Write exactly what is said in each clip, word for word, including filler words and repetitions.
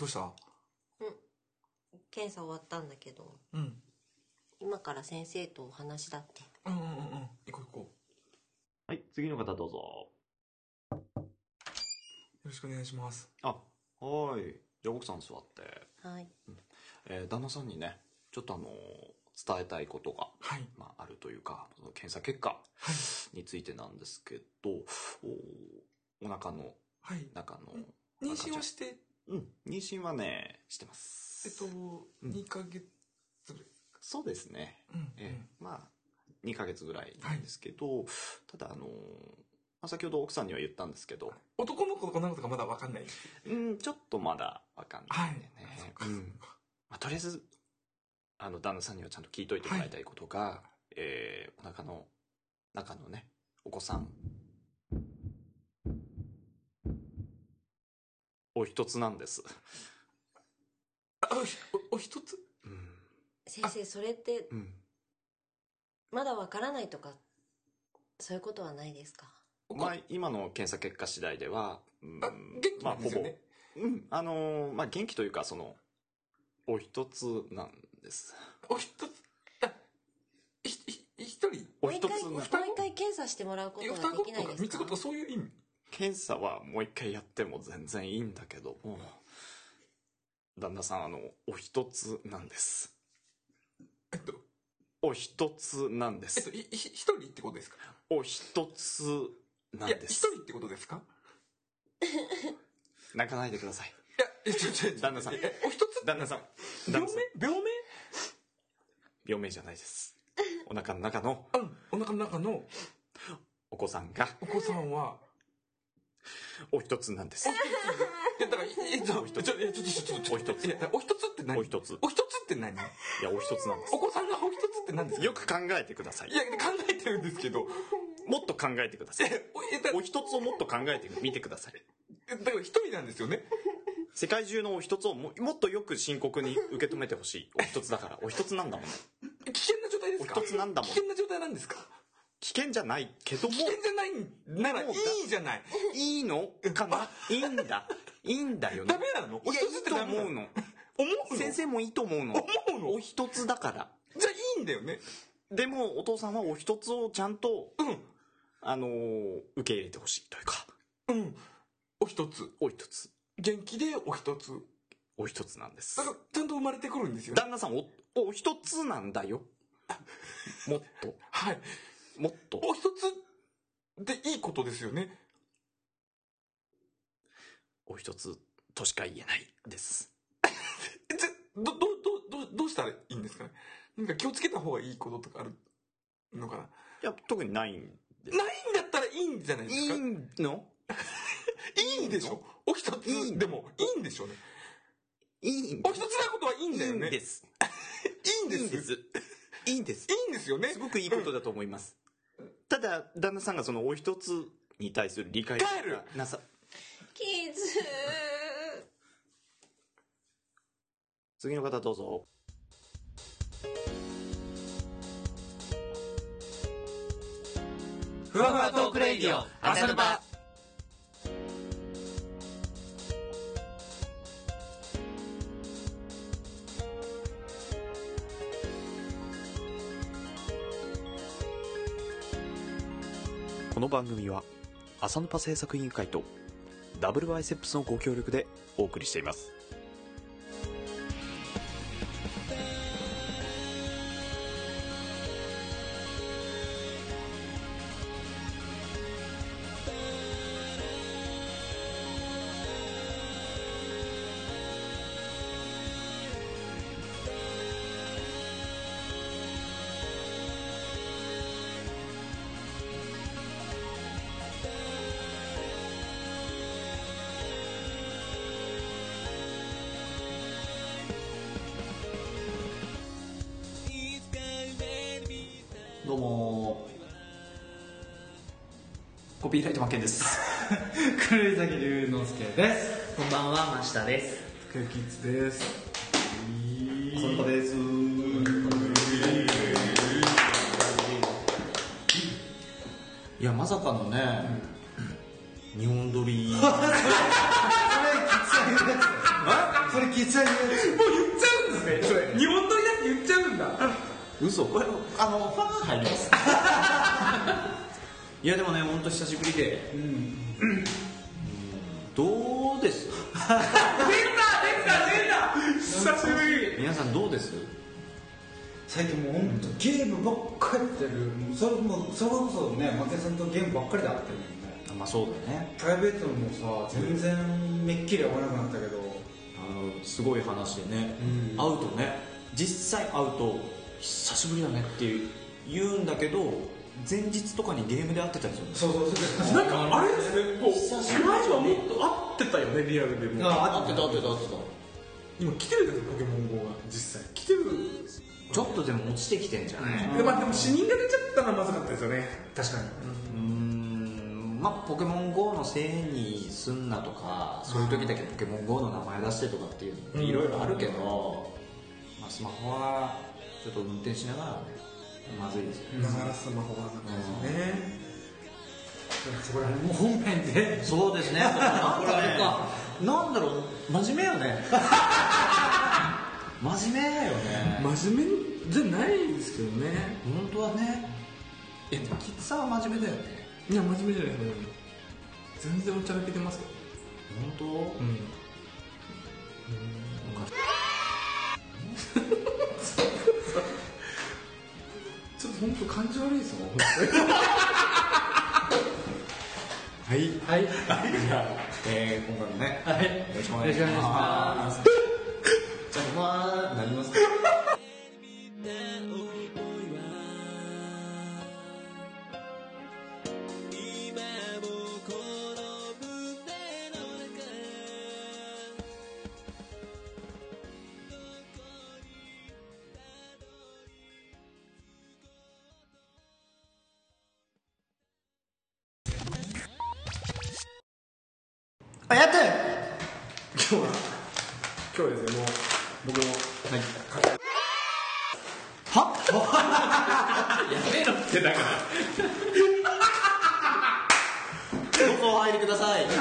どうした？ うん、検査終わったんだけど、 うん、 今から先生とお話だって。 うんうんうんうん、行こう行こう。はい、次の方どうぞ。 よろしくお願いします。 あ、はい。じゃあ奥さん座って。 はい。 うん、えー、旦那さんにね、ちょっとあのー、伝えたいことが、 はい、 まあ、あるというか、その検査結果についてなんですけど、はい、お, お腹の中の、はい、 妊娠はして、 うん、妊娠はねしてます。 えっと、うん、にかげつぐらい。 そうですね、 うん、 えー、まあにかげつぐらいなんですけど、はい、ただあのー、まあ、先ほど奥さんには言ったんですけど、 男の子とか女の子とかまだ分かんない。 うん、ちょっとまだ分かんないんでね、はい、うん、まあ、とりあえずあの旦那さんにはちゃんと聞いといてもらいたいことが、はい、えー、お腹の中のねお子さんお一つなんです。 あ、お、お一つ、 うん、 先生それって、うん、まだわからないとかそういうことはないですか？ まあ今の検査結果次第では、 うん、あ、元気なんですよね。 まあ、ほぼ、うん、あのー、まあ元気というかそのお一つなんです。 お一つ、あ、ひひ一人、 お一つ、もう一回検査してもらうことはできないですか？ 三つ子とかそういう意味。 検査はもう一回やっても全然いいんだけども、旦那さんあのお一つなんです。 えっとお一つなんです。 えっとい一人ってことですか？ お一つなんです。いや一人ってことですか？ 泣かないでください。 いや、ちょちょ旦那さん、 お一つ、 旦那さん、 病名病名病名じゃないです。お腹の中の、 うん、お腹の中のお子さんが、 お子さんはお一つなんです。 いやだからえっとお一つ、ちょちょちょちょお一つ、いやお一つって何？ お一つ、 お一つって何？いやお一つなんです。 お子さんがお一つって何ですか？ よく考えてください。 いや考えてるんですけど、 もっと考えてください。お一つをもっと考えてみてください。 だから一人なんですよね。 世界中のお一つをももっとよく深刻に受け止めてほしい。お一つだからお一つなんだもん。 危険な状態ですか？ お一つなんだもん。 危険な状態なんですか？ 危険じゃないけども、 危険じゃないならいいじゃない。 いいのかな。いいんだ。いいんだよね。 ダメなの？ いやいいと思うの。思うの？先生もいいと思うの。 思うの？ お一つだから。 じゃあいいんだよね。 でもお父さんはお一つをちゃんと、 うん、 あのー、受け入れてほしいというか。 うん。お一つ。 お一つ。 元気でお一つ。 お一つなんです。 だからちゃんと生まれてくるんですよ。 旦那さんおお一つなんだよ。もっと。 はい。 もっと。 お一つでいいことですよね。 お一つとしか言えないです。 じゃどどどどどうしたらいいんですかね。なんか気をつけた方がいいこととかあるのかな。いや特にないんで。 ないんだったらいいんじゃないですか。 いいの？ いいでしょ。お一ついいでもいいんでしょうね。 いいんお一つなことはいいんだよね。 いいんです。 いいんです。 いいんです。いいんです。 いいんですよね。 すごくいいことだと思います。うん、ただ旦那さんがそのお一つに対する理解がなさ。 キズ。 次の方どうぞ。 ふわふわトークレイディオ朝ルバ。 この番組は朝ヌパ制作委員会とダブルバイセップスのご協力でお送りしています。 どうもコピーライトマッケンです。 黒崎龍之介です。 こんばんは、真下です。 クキッズです。 そんなです。 いやまさかのね、うん、日本撮り。 それきついです。 それ聞いちゃう。もう言っちゃうんですねそれ。日本撮りだって言っちゃうんだ。 嘘。これあのファン入りますいやでもね、本当久しぶりで、うん、うん、どうです？出た出た出た久しぶり。 皆さんどうです？ 最近もう本当ゲームばっかりやってる。それもそれこそね、松井さんとゲームばっかりで会ってるもんね。 まあそうだね。 プライベートもさ、全然めっきり会わなくなったけど、 あのすごい話でね、うん、会うとね、実際会うと久しぶりだねって言うんだけど、前日とかにゲームで会ってたりするんですよ。 そうそうそう。 なんかあれですね、こう前はもっと会ってたよね、リアルでも。 あ、会ってた会ってた会ってた。 今来てるんですよ、ポケモン ゴー が実際来てる。 ちょっとでも落ちてきてんじゃない、 うん、で, まあ、でも死人が出ちゃったのはまずかったですよね。 確かに。 うーん、まあポケモン ゴー のせいにすんなとか、そういう時だけポケモン ゴー の名前出してとかっていういろいろあるけど、まあ、スマホはちょっと運転しながらね、まずいですよね。 だからスマホはなんですね。 そこら辺も本編で。 そうですね。なんかなんだろう、真面目よね。真面目だよね。 真面目じゃないですけどね。 本当はね。え、でもキッズさんは真面目だよね。 いや、真面目じゃない。全然おちゃらけてますよ。 本当？うん。うん。 ちょっと本当感じ悪いですもん。 はいはいはい。じゃあ、えー、今回もね、はい、よろしくお願いします。じゃあ、まあ、なりますか。 あ、やって今日は今日ですね、もう僕もはやめろってだからどうぞお入りください。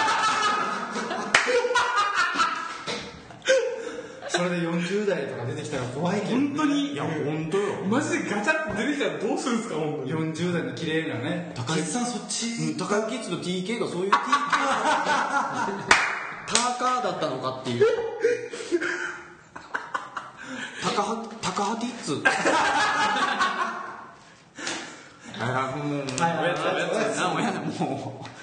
それでよんじゅう代とか出てきたら怖いけど、 本当に。 いや本当よ。 マジでガチャって出てきたらどうするんですか。本当によんじゅう代の綺麗なね。 高木さんそっち、高木キッズの ティーケー がそういう ティーケー ターカーだったのかっていう。高は高はティッツ。ああ、もうもうおやつおやつな、もうやだもう。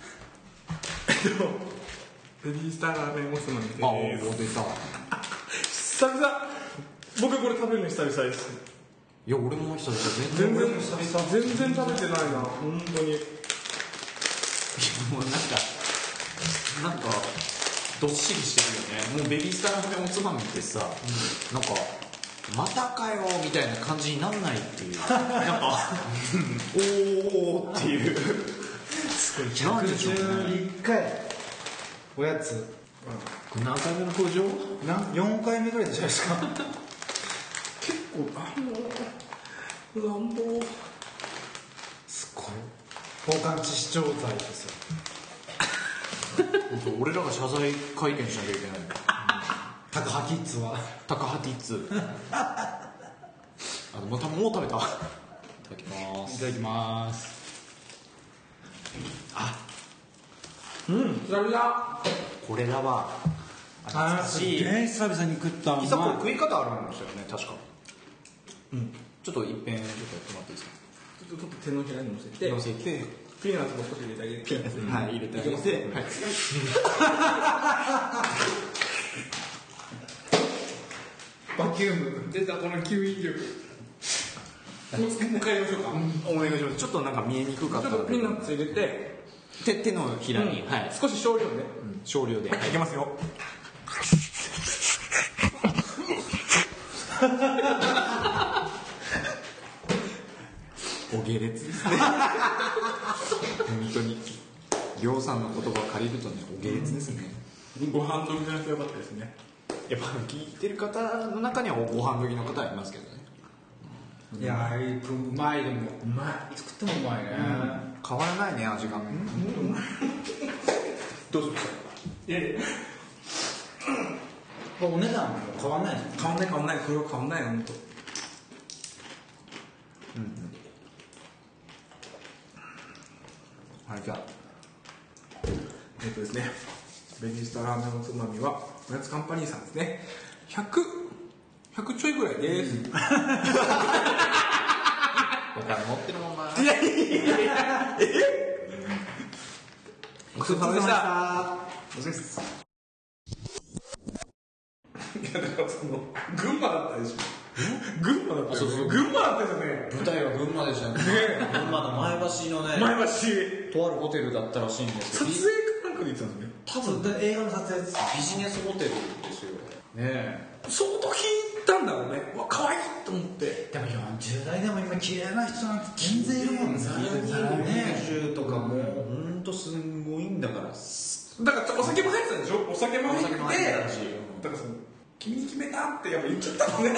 ベビースターラーメンおつまみです。 あ、もう出た。 久々。僕これ食べるの久々です。 いや俺も久々。 全然全然食べてないな、本当に。 もうなんかなんかどっしりしてるよね。もうベビースターラーメンおつまみってさ、うん、なんかまたかよみたいな感じになんないっていう。なんかおーっていう。 すごい。ひゃくじゅういっかいおやつ。 これ何回目の登場？ よんかいめぐらいじゃないですか。 結構あの乱暴。 すごい。交換致死傷罪ですよ。 俺らが謝罪会見しなきゃいけない。 高羽キッズは。 高羽ティッツ。あ、もう多分もう食べた。いただきます。 いただきます。 あ、 うん、久々。 これだわ。 あ、すげえ久々に食った。 いさこれ食い方あるんですよね、確か。うん。ちょっと一遍ちょっとやってもらっていいですか。 ちょっと手のひらに乗せて。 乗せて。 ピーナッツも少し入れてあげて。 はい、入れてあげて。はい。 バキューム出たこの吸引力。もう一回やりましょうか。 お願いします。ちょっとなんか見えにくかったちょっとピーナッツ入れて。 手手のひらに、はい。 少し少量で。 少量で。 はい、いけますよ。 お下劣ですね。本当に。りょうさんの言葉を借りるとね、お下劣ですね。 ご飯時じゃなくてよかったですね。 やっぱ聞いてる方の中にはご飯時の方はいますけどね。 いやー、うまい。でもうまい。作ってもうまいね。 変わらないね、味が。うんどうしました。いやいや。 これお値段も変わんないです変わんない変わんないこれは変わんないよ本当。 うんうん、はいじゃあえっとですねベジスタラーメンおつまみはおやつカンパニーさんですね。ひゃく、ひゃくちょいぐらいです、うん、お金持ってるもんな。 いやいやいやいやえごちそうさまでした。 お疲れ様です。 いやだからその群馬だったでしょ。群馬だったよね。そうそう群馬だったじゃね。 舞台は群馬でしたね。群馬の前橋のね。 前橋。 とあるホテルだったらしいんですけど。撮影かなんかで言ってたんですね。 多分映画の撮影です。ビジネスホテルですよ。ねえ。 相当気に入ったんだろうね。うわ可愛いと思って。 でもよんじゅう代でも今綺麗な人なんて全然いるもんね。 にじゅうとかもう本当すごいんだから。 だからお酒も入ってたでしょ。お酒も入ってて。だからその君に決めたってやっぱ言っちゃったもんね。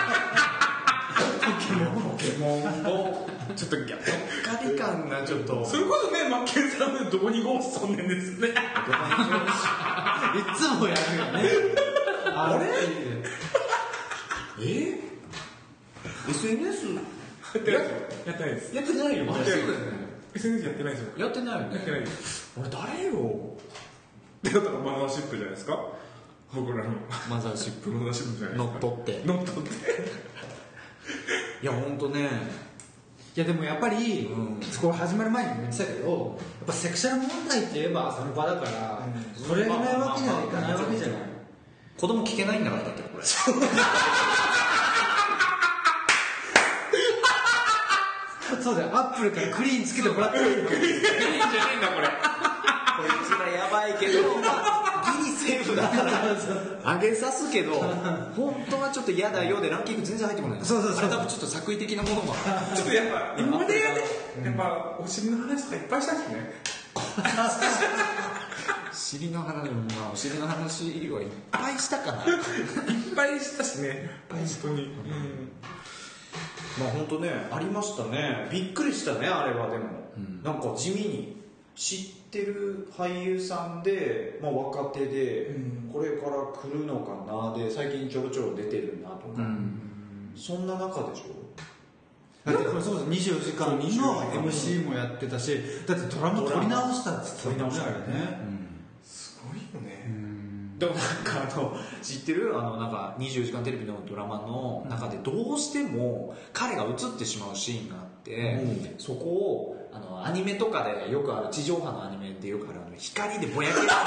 ポケモンをちょっとギャッカリ感がちょっとそれこそねマッケンさんでどこにゴーストんねんですね。いつもやるよね。 あれえ エスエヌエスやってないやってないです。 やってないよ。 やってないよ。エスエヌエス やってないですよ。 やってないよね。 やってないです。 俺誰よ。 でだからマザーシップじゃないですか。僕らのマザーシップマザーシップじゃないですか。 乗っ取って乗っ取って。 いや本当ね。 いやでもやっぱり、うん、これ始まる前にも言ってたけど、やっぱセクシャル問題って言えばその場だから、うん、それぐらいわけにはいかないわけじゃない。 子供聞けないんだからだってこれ。 そうだよ、アップルからクリーンつけてもらってる。 クリーンじゃねえんだこれ。こいつらやばいけど、ギリセーフだから上げさすけど、本当はちょっと嫌だよでランキング全然入ってこない。 そうそうそう。 あれ多分ちょっと作為的なものも。 ちょっとやっぱ今までやね、やっぱお尻の話とかいっぱいしたしね。 尻の話、まあ、お尻の話はいっぱいしたかな。 いっぱいしたしね、本当に。うん、 まあ本当ね、ありましたね。びっくりしたね、あれはでも。うん、なんか地味に知ってる俳優さんで、まあ、若手で、うん、これから来るのかなで、最近ちょろちょろ出てるなとか、うん、そんな中でしょ。 だってこれそうです、にじゅうよじかんの エムシー もやってたし、だってドラマ撮り直したって撮り直したよね。 すごいよね。 でもなんかあの知ってるあのなんかにじゅうよじかんテレビのドラマの中でどうしても彼が映ってしまうシーンがあって、うん、そこをあのアニメとかでよくある地上波のアニメでよくあるあの光でぼやける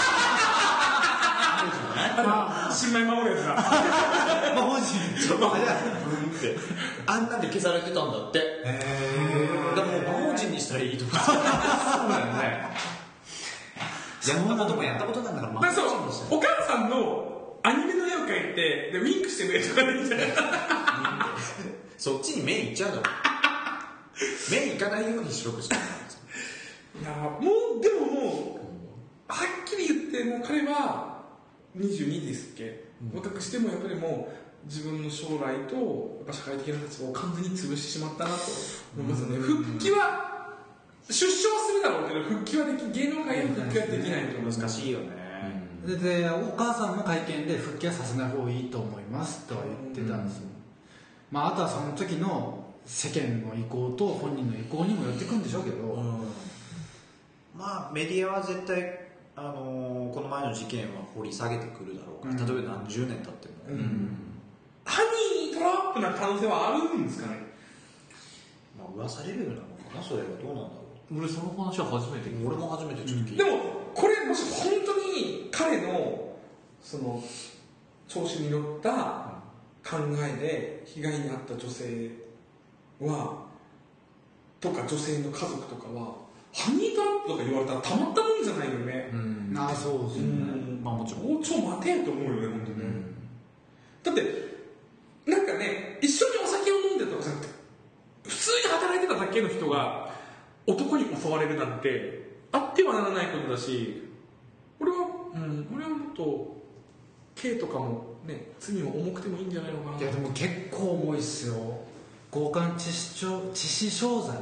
あるじゃない。新米守るやつだ。 魔法陣ちょっと早いってあんなんで消されてたんだって。へえ。だからもう魔法陣にしたらいいと思う。そうだよね。やったこともやったことなんだから、 まあ、そうお母さんのアニメの絵を描いてでウィンクしてくれとかでいいんじゃない。 そっちに目いっちゃうだろ。目いかないようにしろくしてる。 いやもうでももうはっきり言ってもう彼はにじゅうにですっけ、うん、若くしてもやっぱりもう自分の将来とやっぱ社会的な立場を完全に潰してしまったなと思いますね。復帰は出所はするだろうけど復帰はでき芸能界への復帰はできないと思う。 難しいよね。 で, でお母さんも会見で復帰はさせない方がいいと思いますとは言ってたんですよ、まあ、あとはその時の世間の意向と本人の意向にもよってくるんでしょうけど、うん、 まあメディアは絶対、あのー、この前の事件は掘り下げてくるだろうから、うん、例えば何十年経っても、うん、 ハニートラップな可能性はあるんですかね。 まあ噂レベルなのかな、それはどうなんだろう。 俺その話は初めて聞いた。 俺も初めてちょっと聞いた、うん、でもこれもし本当に彼のその調子に乗った考えで被害に遭った女性はとか女性の家族とかはハニートラップとか言われたらたまったもんじゃないよね。 うん、ああそうですね、 うん、まあもちろんちょ待てよと思うよね本当に、うん、だってなんかね一緒にお酒を飲んでとかじゃなくて普通に働いてただけの人が男に襲われるなんてあってはならないことだし、俺は、うん、俺はもっと刑とかもね罪も重くてもいいんじゃないのかな。 いやでも結構重いっすよ。強姦致死傷致死傷罪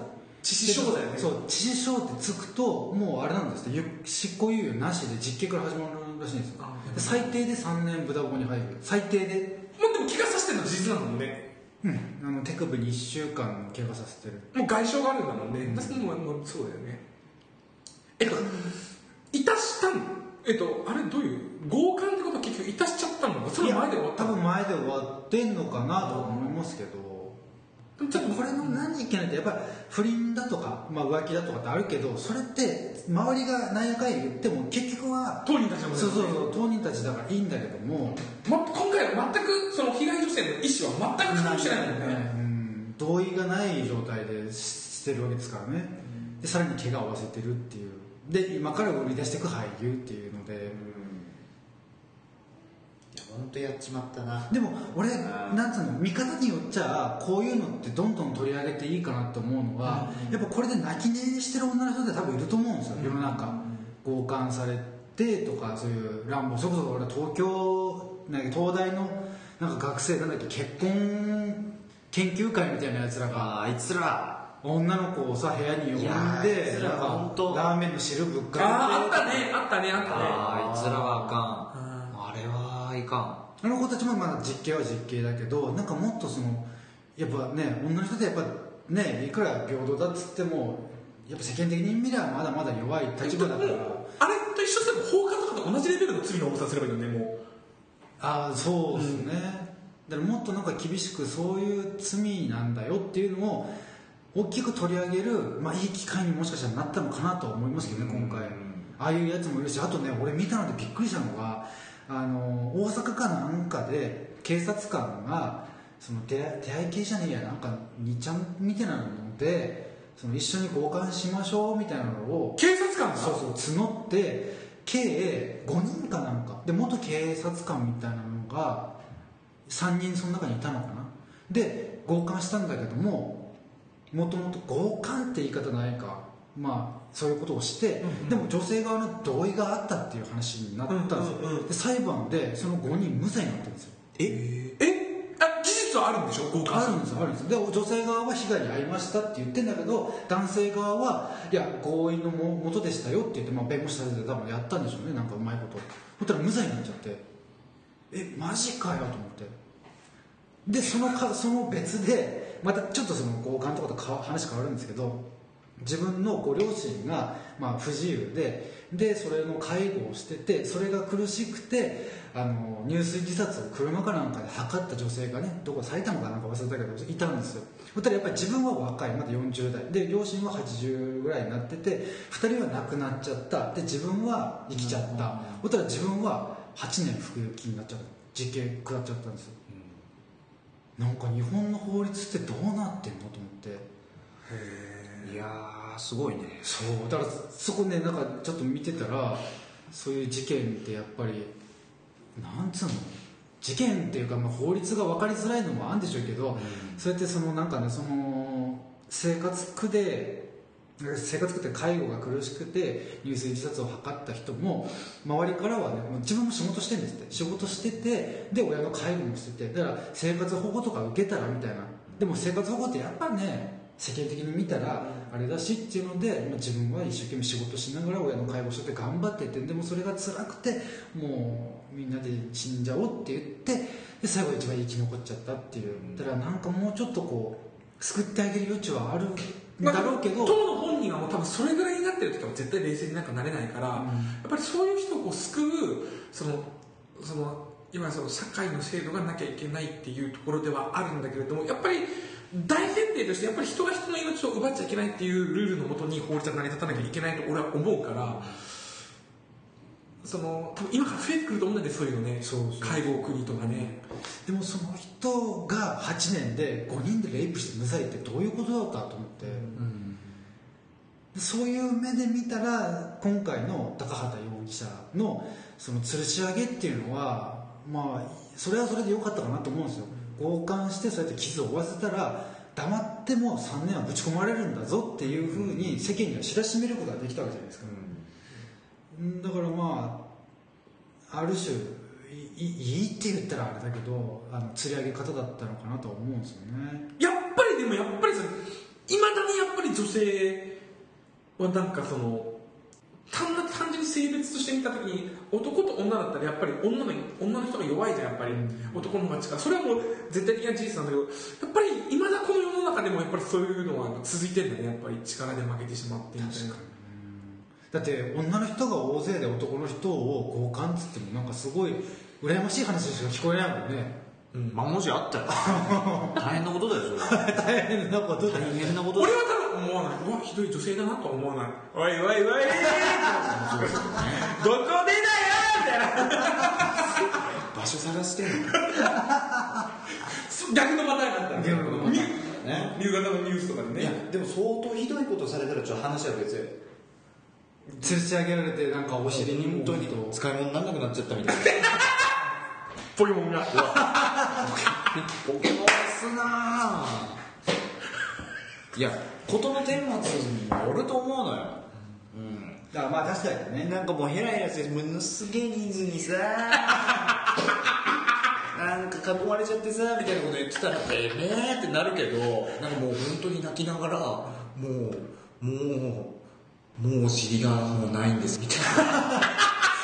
致死傷だよね。 そう、致死傷ってつくともうあれなんですね、執行猶予なしで実刑から始まるらしいんですよ。最低でさんねんブダゴに入る、最低で。 まあでも怪我させてるのは事実なのね。 うん、あの手首にいっしゅうかん怪我させてる。 もう外傷があるんだもんね。うん、確かにもうそうだよね。えっといたしたんえっとあれどういう強姦ってことは結局いたしちゃったの？それ前で終わったの？ 多分前で終わってんのかなと思いますけど。じゃこれの何いけないってやっぱり不倫だとか、まあ、浮気だとかってあるけど、それって周りが何やかんや言っても結局は当人たちのことだよね。 そうそうそう、当人たちだからいいんだけども、 ま、今回は全くその被害女性の意思は全く関係してないもんね。 うん、同意がない状態でしてるわけですからね。でさらに怪我を負わせてるっていう、で今から売り出していく俳優っていうので、 本当やっちまったな。 でも俺なんつうの、見方によっちゃこういうのってどんどん取り上げていいかなと思うのは、うん、やっぱこれで泣き寝入りしてる女の人って多分いると思うんですよ、うん、世の中。強姦されてとかそういう乱暴、それこそ俺東京なんか東大のなんか学生なんだっけ、結婚研究会みたいなやつらが、 あいつら女の子をさ部屋に呼んでなんかラーメンの汁ぶっかけて、 ああったねあったねあったね、 あいつらはあかん、あれはいかん。 あの子たちもまだ実刑は実刑だけど、なんかもっとそのやっぱね、女の人ってやっぱね、いくら平等だっつってもやっぱ世間的に見ればまだまだ弱い立場だから、 あれと一緒でも放火とかと同じレベルの罪の重さすればいいよね、もう。 ああそうですね、うん、だからもっとなんか厳しくそういう罪なんだよっていうのを大きく取り上げる、まあ、いい機会にもしかしたらなったのかなと思いますけどね、今回。ああいうやつもいるし、あとね、俺見たのでびっくりしたのが、あの大阪かなんかで警察官がその出会出会い系じゃねえや、なんかにちゃんみたいなのでその一緒に交換しましょうみたいなのを警察官がそうそう募って、計ごにんかなんかで元警察官みたいなのがさんにんその中にいたのかな。で強姦したんだけども、もともと強姦って言い方ないか、まあそういうことをして、うんうん、でも女性側の同意があったっていう話になったんですよ、うんうんうん、で裁判でそのごにん無罪になったんですよ。 ええあ、事実はあるんでしょ、強姦。 あるんですよ、あるんですよ。で女性側は被害に遭いましたって言ってんだけど、男性側はいや合意のもとでしたよって言って、まあ、弁護士さんで多分やったんでしょうね、なんかうまいこと。そしたら無罪になっちゃって、えマジかよと思って、でそのかその別でまたちょっとその強姦とかと話変わるんですけど、自分のご両親が、まあ、不自由ででそれの介護をしてて、それが苦しくてあの入水自殺を車かなんかで図った女性がね、どこ埼玉かなんか忘れたけどいたんですよ。そしたらやっぱり自分は若い、まだよんじゅうだいで両親ははちじゅうぐらいになってて、ふたりは亡くなっちゃった、で自分は生きちゃった、そしたら自分ははちねん服役になっちゃった、実刑食らっちゃったんですよ、うん、なんか日本の法律ってどうなってんのと思って。 へえ、いやーすごいね。 そうだからそこね、なんかちょっと見てたら、そういう事件ってやっぱりなんつうの、事件っていうか、まあ、法律が分かりづらいのもあるんでしょうけど、うん、そうやってそのなんかね、その生活苦で生活苦って介護が苦しくて入水自殺を図った人も周りからはね、自分も仕事してるんですって、仕事しててで親の介護もしてて、だから生活保護とか受けたらみたいな。でも生活保護ってやっぱね世間的に見たらあれだしっていうので、まあ、自分は一生懸命仕事しながら親の介護して頑張ってて、でもそれが辛くてもうみんなで死んじゃおうって言って、で最後一番生き残っちゃったっていう。だからなんかもうちょっとこう救ってあげる余地はあるんだろうけど、 まあ、当の本人はもう多分それぐらいになってる時は絶対冷静になんかなれないから、うん、やっぱりそういう人をこう救うそのその今その社会の制度がなきゃいけないっていうところではあるんだけれども、やっぱり大前提としてやっぱり人が人の命を奪っちゃいけないっていうルールのもとに法律が成り立たなきゃいけないと俺は思うから、その多分今から増えてくると思うんだよね、そういうのね。そうそう、介護国とかね。 でもその人がはちねんでごにんでレイプして無罪ってどういうことだったと思って、うん、そういう目で見たら今回の高畑容疑者のその吊るし上げっていうのはまあそれはそれで良かったかなと思うんですよ。強姦してそうやって傷を負わせたら黙ってもさんねんはぶち込まれるんだぞっていうふうに世間には知らしめることができたわけじゃないですか、うん、だからまあある種い, いいって言ったらあれだけど、あの釣り上げ方だったのかなとは思うんですよね。 やっぱりでもやっぱりそれいまだにやっぱり女性はなんかその単な単純に性別として見たときに男と女だったらやっぱり女の女の人が弱いじゃんやっぱり、うん、男の方が力それはもう絶対的な事実なんだけどやっぱりいまだこの世の中でもやっぱりそういうのは続いてるんだねやっぱり力で負けてしまってみたいな。 だって女の人が大勢で男の人を強姦っつってもなんかすごい羨ましい話しか聞こえないもんね。 うん、まあもしあったら大変なことだよそれは大変なことだ大変なことだよ。 俺は多分思わない。うわひどい女性だなとは思わない。おいおいおいどこでだよみたいな場所探してんの逆のパターンだったら逆のパターンね夕方のニュースとかでね。 いやでも相当ひどいことされたらちょっと話は別で吊るし上げられてなんかお尻に本当に使い物にならなくなっちゃったみたいなポケモンがポケモンすなぁいや事の顛末によると思うのよ、うん、 だからまあ確かにねなんかもうヘラヘラしてものすげえ人数にさなんか囲まれちゃってさみたいなこと言ってたらええーってなるけどなんかもう本当に泣きながらもうもうもうお尻がもうないんですみたいな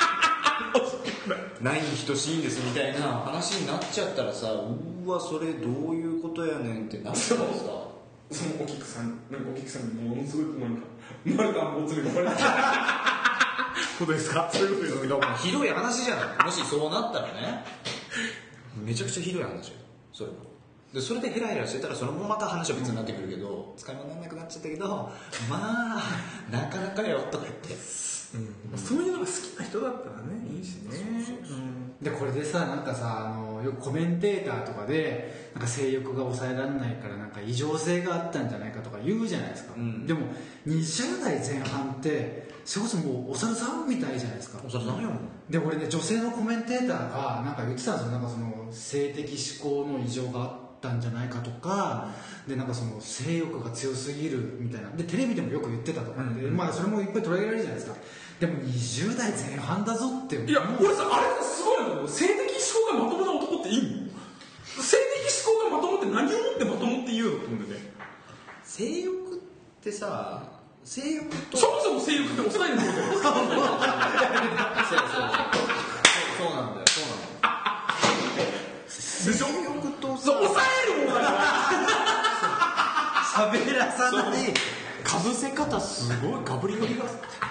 ないに等しいんですみたいな話になっちゃったらさうわそれどういうことやねんってなったらさそのお菊さんなんかお菊さんにものすごいなんか丸かんぼつりがバレたことですか。そういうことですか。ひどい話じゃないもしそうなったらねめちゃくちゃひどい話よそれでそれでヘラヘラしてたらそれもまた話は別になってくるけど、うん、使い物にならなくなっちゃったけどまあなかなかよとか言って、 うん、そういうのが好きな人だったらねいいしね。そうそうそう、 うん、でこれでさなんかさあのよくコメンテーターとかでなんか性欲が抑えられないからなんか異常性があったんじゃないかとか言うじゃないですか、うん、でもにじゅう代前半ってそれこそもうお猿さんみたいじゃないですか。 お猿さんよ。 で俺ね女性のコメンテーターがなんか言ってたんですよ。なんかその性的思考の異常があったんじゃないかとか、でなんかその性欲が強すぎるみたいなでテレビでもよく言ってたとかで、うん、まあそれもいっぱい取り上げられるじゃないですか。でもにじゅう代前半だぞっていや俺さあれすごいんだけど性的思考がまともな男っていいの？性的思考がまともって何をもってまともって言うのって思うんだよね。 性欲ってさ性欲とそもそも性欲って抑えるんだよ。そうそうそうそうなんだよそうなんだよでしょ。 性欲とさ抑えるもんだから喋らさないかぶせ方すごいガブリガリが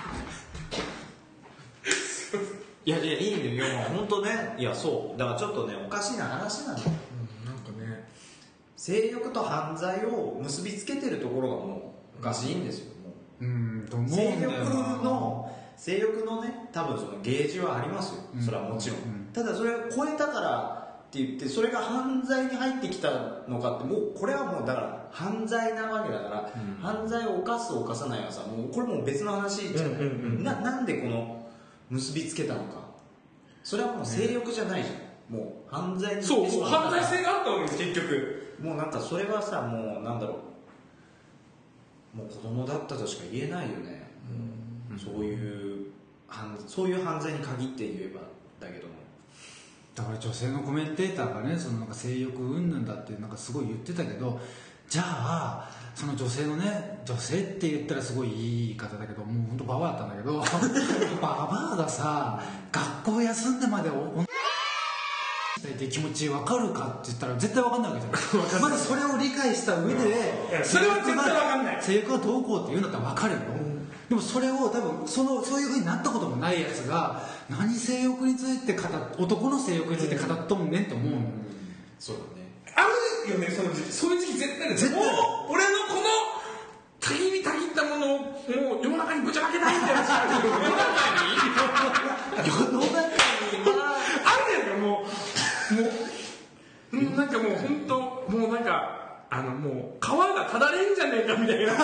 いやいやいいんだよ。いやもう本当ねいやそうだからちょっとねおかしな話なんだよ、 うん、なんかね性欲と犯罪を結びつけてるところがもうおかしいんですよ。もううんと思うんだ性よ欲の性欲のね多分そのゲージはありますよ、うん、それはもちろん、うん、ただそれを超えたからって言ってそれが犯罪に入ってきたのかってもうこれはもうだから犯罪なわけだから、うん、犯罪を犯す犯さないはさもうこれもう別の話じゃない、うんうんうん、な, なんでこの結びつけたのかそれはもう性欲じゃないじゃん、もう犯罪にそうそう犯罪性があったわけです結局。 もうなんかそれはさもうなんだろうもう子供だったとしか言えないよね、うん、そういうそういう犯罪に限って言えばだけどもだから女性のコメンテーターがねそのなんか性欲云々だってなんかすごい言ってたけどじゃあその女性のね女性って言ったらすごいいい言い方だけどもう本当ババアだったんだけどババアがさ学校休んでまでおって気持ち分かるかって言ったら絶対分かんないわけじゃないまずそれを理解した上でそれは絶対分かんない性欲がどうこうって言うんだったら分かるよ、うん、でもそれを多分そのそういう風になったこともないやつが何性欲について語っ男の性欲について語っとんねんと思うの、うん、 そうだねあるよねその時期そういう時期絶対絶対もう俺のこのたぎりたぎったものをもう世の中にぶちまけたいってやつが世の中に世の中にあるじゃんかもうもうなんかもう本当もうなんかあのもう皮がただれんじゃねえかみたいない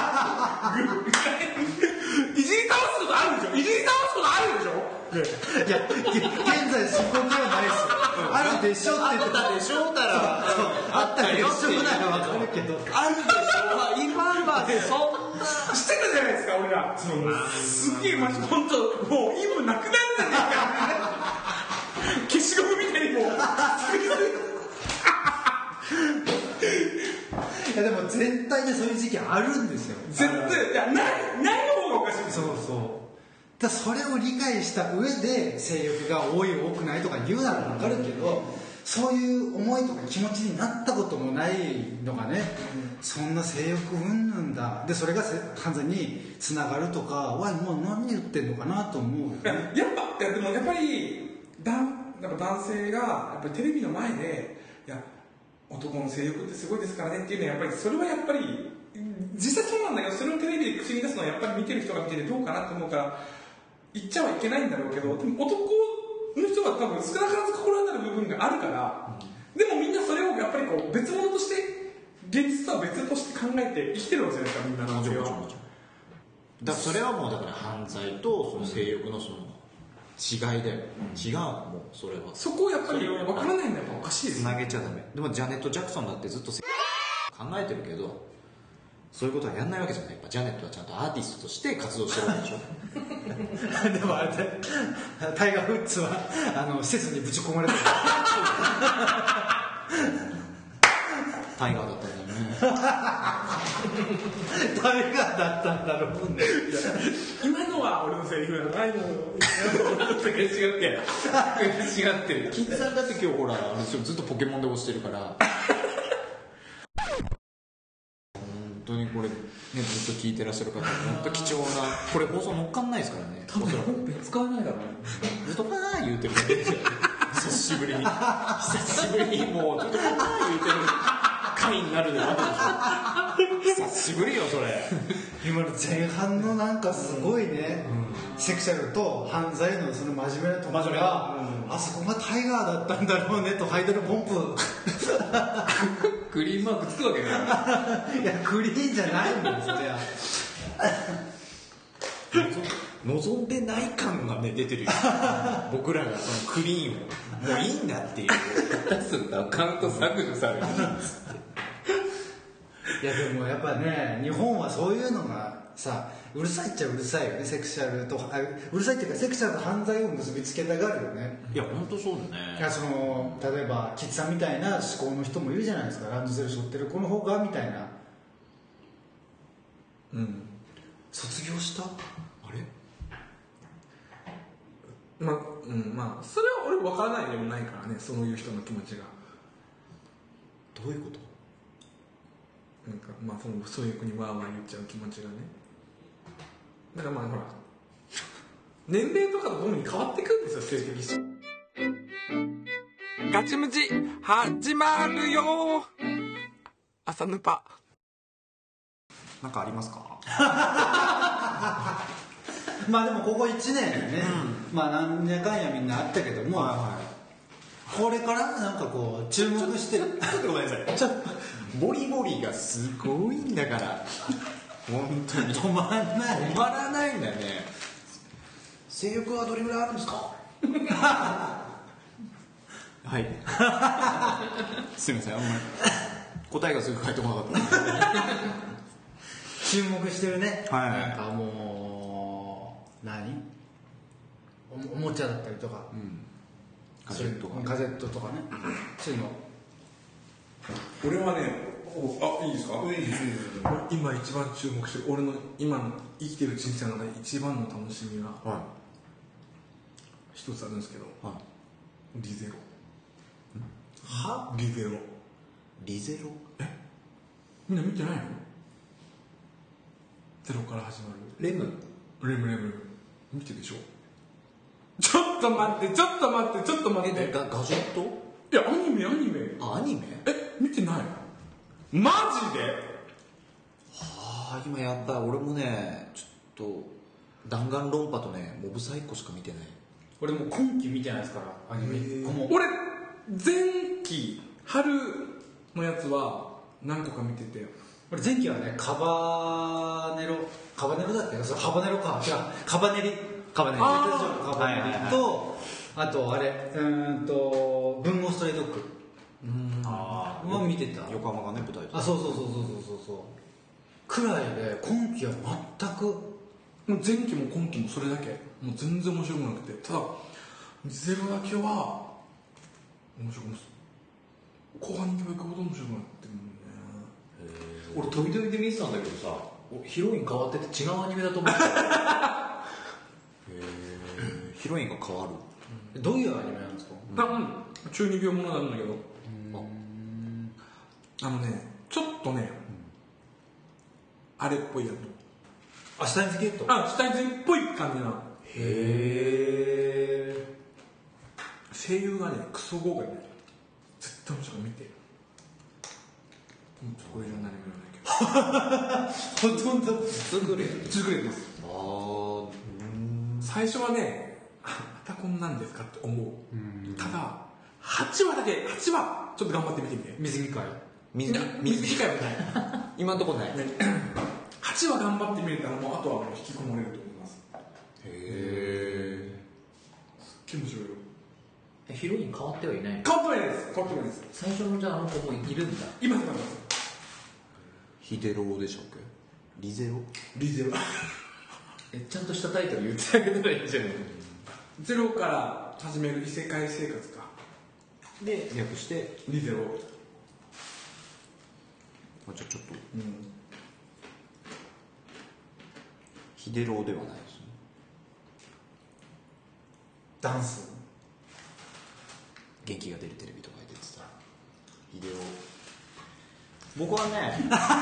じり倒すことあるでしょいじり倒すことあるでしょいや現在そこではないですよあるでしょって言ってたでしょうたらあったでしょなら分かるけどあるでしょ今までそんなしてたじゃないですか俺らそのすげえマジ本当もう意味なくなるんじゃねえか消しゴムみたいにもういやでも全体ねそういう時期あるんですよ。 絶対いやないない方がおかしい。 そうそうだそれを理解した上で性欲が多い多くないとか言うなら分かるけど、そういう思いとか気持ちになったこともないのがね、うん、そんな性欲うんぬんだでそれが犯罪につながるとかわもう何言ってんのかなと思う。 いややっぱいやでもやっぱりだなんか男性がやっぱりテレビの前でいや男の性欲ってすごいですからねっていうのはやっぱりそれはやっぱり実際そうなんだけどそれをテレビで口に出すのはやっぱり見てる人が見ててどうかなと思うから言っちゃはいけないんだろうけどでも男の人は多分少なからず心当たる部分があるから、うん、でもみんなそれをやっぱりこう別物として現実とは別として考えて生きてるわけじゃないですかみんなの男性は。 だからそれはもうだから犯罪とその性欲のその違いだよ、うん、違うもうそれはそこをやっぱり分からないのはやっぱおかしいです。 つなげちゃダメ。でもジャネット・ジャクソンだってずっと考えてるけどそういうことはやんないわけじゃない。やっぱジャネットはちゃんとアーティストとして活動してるわけでしょでもあれタイガー・ウッズはあの施設にぶち込まれてるタイガーだったんだよねタイガーだったんだろうね。 今のは俺のセリフじゃないのよ。俺のセリフ違って違ってる。 キッズさんだって今日ほらあれずっとポケモンで押してるから本当にこれ、ね、ずっと聞いてらっしゃる方本当貴重なこれ放送乗っかんないですからね。 多分本編使わないだろうね。 ずっとパー言うてる久しぶりに久しぶりにもうずっとパー言うてる回になるでわけでしょ。久しぶりよそれ。 今の前半のなんかすごいね、うん、セクシャルと犯罪のその真面目なところが、うん、あそこがタイガーだったんだろうねとハイドルポンプグリーンマークつくわけね。 いやグリーンじゃないんですよ。 望んでない感がね出てるよ僕らがそのクリーンをもういいんだっていう出すんだアカウント削除されるいやでもやっぱね日本はそういうのがさうるさいっちゃうるさいよね。セクシャルとうるさいっていうかセクシャルと犯罪を結びつけたがるよね。 いや本当そうだね。 いやその例えばキッズさんみたいな思考の人もいるじゃないですか。ランドセル背負ってる子の方がみたいな。 うん卒業したあれまあうんまあそれは俺分からないでもないからね。そういう人の気持ちがどういうことなんかまあそのそういう子にわーわー言っちゃう気持ちがね。だからまあほら年齢とかとともに変わってくるんですよ性的指ガチムチ始まるよ朝ヌパ。 なんかありますかまあでもここいちねんでね、うん、まあなんやかんやみんなあったけども、はいはい、これからなんかこう注目してるちょっとごめんなさいちょっとボリボリがすごいんだから本当に止まらない止まらないんだよね。性欲はどれぐらいあるんですかはいすいませんあんまり答えがすぐ返ってこなかった注目してるね、 はい、 なんかもう何 お, おもちゃだったりとか、うん、 ガジェットがガジェットとかねそういうの俺はねあ、いいですか？いいです今一番注目してる俺の今の生きてる人生の中で一番の楽しみが、はい、一つあるんですけど、はい、リゼロは？ リゼロリゼロえみんな見てないの？ゼロから始まるレムレムレム見てるでしょ。ちょっと待ってちょっと待ってちょっと待ってえガガジェット？ いやアニメアニメあアニメえ見てないマジで？ はあ今やっぱり俺もねちょっと弾丸論破とねモブサイコしか見てない。 俺も今期見てないですからアニメ一個も。 俺前期春のやつは何個か見てて俺前期はねカバネロカバネロだっけそれハバネロか違うカバネリカバネリカバネリとあとあれうーんと文豪ストレイドッグうんああ見てた。 横浜がね舞台とあそうそうそうそうそうそうそうくらいで今期は全く前期も今期もそれだけもう全然面白くなくてただゼロだけは面白くない後半に行くほど面白くなってるんだよね。 俺時々で見てたんだけどさ、ヒロイン変わってて違うアニメだと思ってた。へえヒロインが変わる、 うん、どういうアニメなんですか？ うん、中二病ものなんだけど、ああのねちょっとね、うん、あれっぽいやつ、 あ、シュタインズゲート、 あ、シュタインズっぽい感じな。 へえ。 声優がねクソ豪華になる。絶対面白い、見て。うん、これじゃ何も言わないけどほとんど作れ作れます。 ああ、 最初はねまたこんなんですかって思う。ただはちわだけ、はちわちょっと頑張って見てみて。 水着会水着水着会はない今のところない、 ね、はちわ頑張ってみれたらもうあとはもう引き込まれると思います。 へえすっげえ面白いよ。 ヒロイン変わってはいない。 変わってはいないです。変わってはいないです。 最初のじゃああの子もいるんだ。 今今ですヒデロでしたっけ？リゼロリゼロえ、ちゃんとしたタイトル言ってあげたらいいじゃない。 ゼロから始める異世界生活かで略してリゼロ。 あ、じゃあちょっと、 うん、 ヒデロではないですね。 ダンス元気が出るテレビとかに出てたヒデロ。僕はね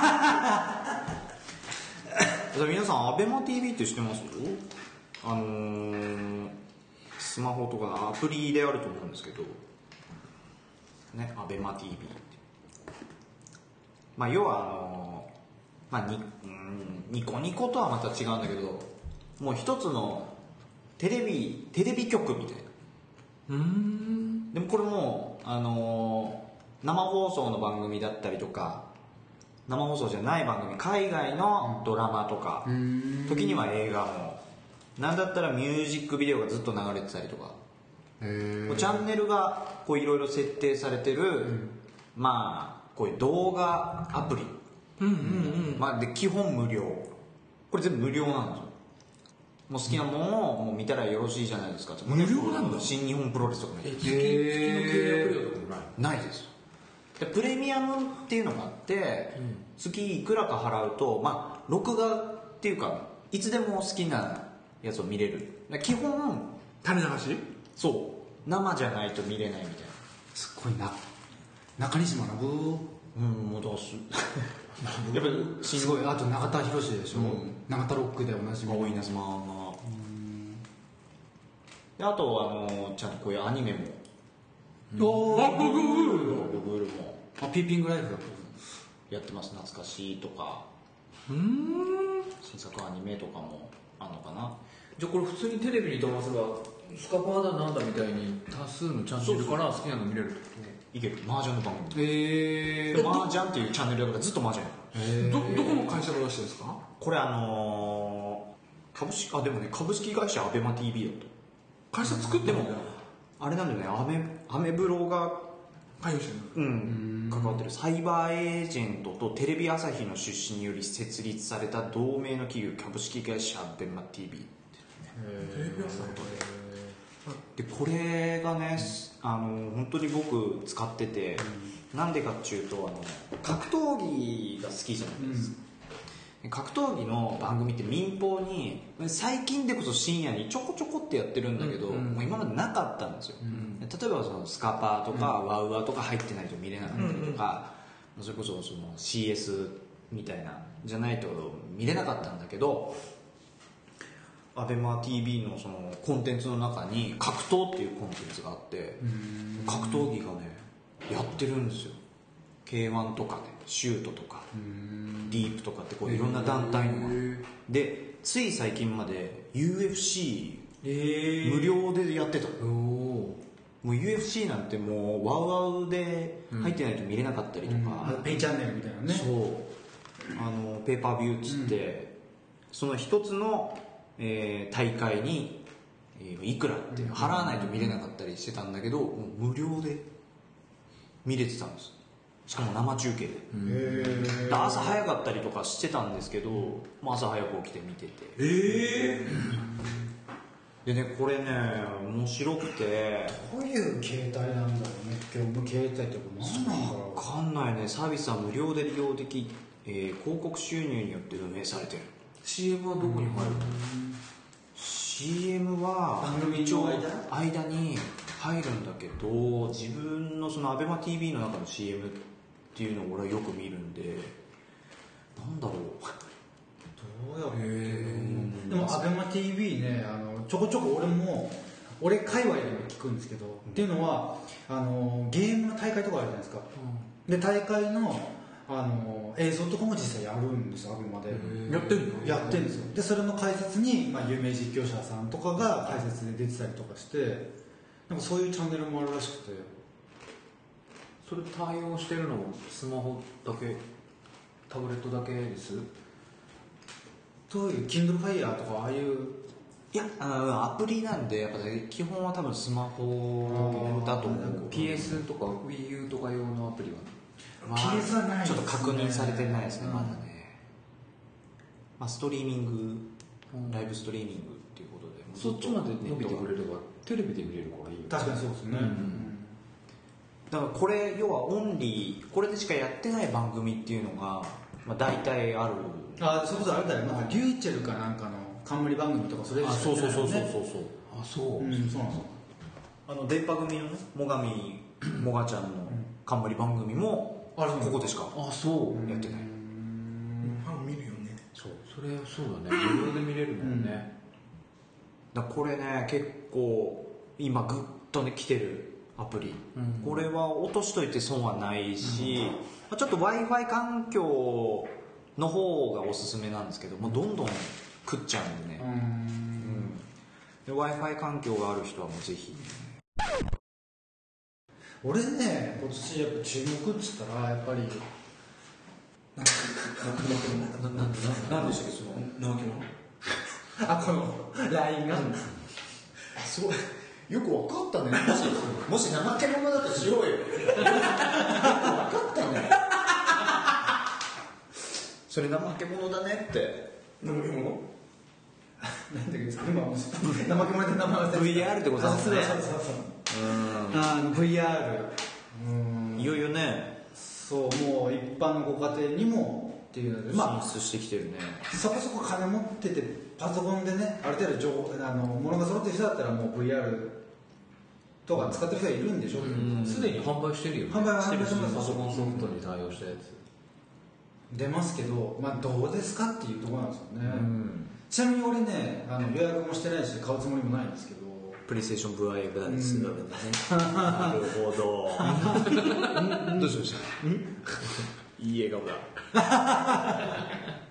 皆さんアベマ ティービー って知ってます？あのー、スマホとかアプリであると思うんですけどね、アベマ ティービー って、まあ要はあのー、まあに、うん、ニコニコとはまた違うんだけど、もう一つのテレビテレビ局みたいな。 うーん、 でもこれもあのー生放送の番組だったりとか、生放送じゃない番組、海外のドラマとか、うん、時には映画も、なんだったらミュージックビデオがずっと流れてたりとか、へチャンネルがこういろいろ設定されてる、うん、まあこういう動画アプリ、うんうんうん、まあ、で基本無料、これ全部無料なんですよ。もう好きなものをもう見たらよろしいじゃないですか。 無料なんだ。 新日本プロレスとかね。 月の契約料とかもない？ ないです。でプレミアムっていうのがあって、うん、月いくらか払うと、まあ録画っていうかいつでも好きなやつを見れる。基本種流し？ そう生じゃないと見れないみたいな。 すっごいな。中西学うん戻すやっぱりすごい。あと永田博でしょ、うん、永田ロックでおなじみ青い稲妻が、であとあのちゃんとこういうアニメも、 うん、おー、 ブグールもあ、ピーピングライフだとやってます。懐かしいとか、 うーん、 新作アニメとかもあるのかな。 じゃあこれ普通にテレビに飛ばせばスカパーだなんだみたいに多数のチャンネルから好きなの見れるってこと？ いける。麻雀の番組。 へー。麻雀っていうチャンネルだからずっと麻雀。 へー。ど、どこの会社が出してるんですか？ これあのー、株式、あ、でもね、株式会社アベマ ティービー だと。 会社作っても、 あれなんだよね、アメ、アメブロが、 関与してる。 うん、関わってる。サイバーエージェントとテレビ朝日の出資により設立された同名の企業、株式会社アベマ ティービー。 テレビ朝日でこれがね、あの本当に僕使ってて、うん、なんでかっていうとあの格闘技が好きじゃないですか、うん、格闘技の番組って民放に最近でこそ深夜にちょこちょこってやってるんだけど、うん、もう今までなかったんですよ、うん、例えばそのスカパーとか、うん、ワウワウとか入ってないと見れなかったりとか、うん、それこそその シーエス みたいなじゃないと見れなかったんだけど、アベマ ティービー のそのコンテンツの中に格闘っていうコンテンツがあって、格闘技がねやってるんですよ。 ケーワン とかね、シュートとかディープとかってこういろんな団体ので、つい最近まで ユーエフシー 無料でやってたの。もう ユーエフシー なんてもうワウワウで入ってないと見れなかったりとか、 ペイチャンネルみたいなね。 そうあのペーパービューっつって、うん、その一つのえー、大会に、えー、いくらって払わないと見れなかったりしてたんだけど、もう無料で見れてたんです。しかも生中継で。へー。朝早かったりとかしてたんですけど、もう朝早く起きて見てて。 えー、でね、これね面白くて、 どういう形態なんだろうね。業務形態とか何なんだろう。 分かんないね。サービスは無料で利用でき、 えー広告収入によって運営されてる。 シーエム はどこに入るの？ シーエム は番組一応の間間に入るんだけど、自分のその アベマティービー の中の シーエム っていうのを俺はよく見るんで、なんだろうどうやろう。でも アベマティービー ね、あのちょこちょこ俺も俺界隈でも聞くんですけど、うん、っていうのはあのゲームの大会とかあるじゃないですか、うん、で大会のあの映像とかも実際やるんですよ、アベマで。 やってんの？ やってるんですよ。でそれの解説に、まあ、有名実況者さんとかが解説で出てたりとかして、なんかそういうチャンネルもあるらしくて。 それ対応してるのスマホだけ、タブレットだけです？ どういう Kindle Fire とかああいう。 いや、あのアプリなんでやっぱ、ね、基本は多分スマホだと思う。 ピーエス とか WiiU とか用のアプリは、 まあ、ピーエス はないですね。 ちょっと確認されてないですね、うん、まだね、まあ、ストリーミング、うん、ライブストリーミングっていうことで、 そっちまで伸びてくれればテレビで見れるからいいよ。 確かにそうですね、うん、 だからこれ要はオンリーこれでしかやってない番組っていうのが、まあ、大体ある。 ああ、それこそあれだよ、なんかリューチェルかなんかの冠番組とかそれでしかやってないよね。 そうそうそうそうそう。 あ、そう、 うん、そうなんですよ。 あの電波組のね、もがみもがちゃんの冠番組もここでしかあそうやってない。 ファン見るよね。 そう、それそうだね、無料で見れるもんね、 うん、だこれね結構今グッとね来てるアプリ、うん、これは落としといて損はないし、うん、まあ、ちょっと Wi-Fi 環境の方がおすすめなんですけども、どんどん食っちゃうんでね、うん、で Wi-Fi 環境がある人はもうぜひ。 俺ね、今年やっぱ注目っつったらやっぱり何でしたっけ、その直樹のあ、この ライン が、うん、 すごいよく分かったね。もしもし怠け者だとしようよ。よく分かったね。それ怠け者だねって。 怠け者なんていうんですか、今怠け者って名前忘れてブイアール ってことですね。 そうそうそうそう。あの ブイアール、うん、 いよいよね、 そう、もう一般のご家庭にもっていうので、まあ進出してきてるね。 そこそこ金持っててパソコンでね、ある程度情報、あの物が揃ってる人だったらもう ブイアール とか使ってる人がいるんでしょうけど、 すでに販売してるよね。 販売は販売してます。 パソコンソフトに対応したやつ出ますけど、まあどうですかっていうところなんですよね、うん、ちなみに俺ね、あの予約もしてないし買うつもりもないんですけど、 プレイステーションブアイブですよね。なるほど。どうしました？いい笑顔だ。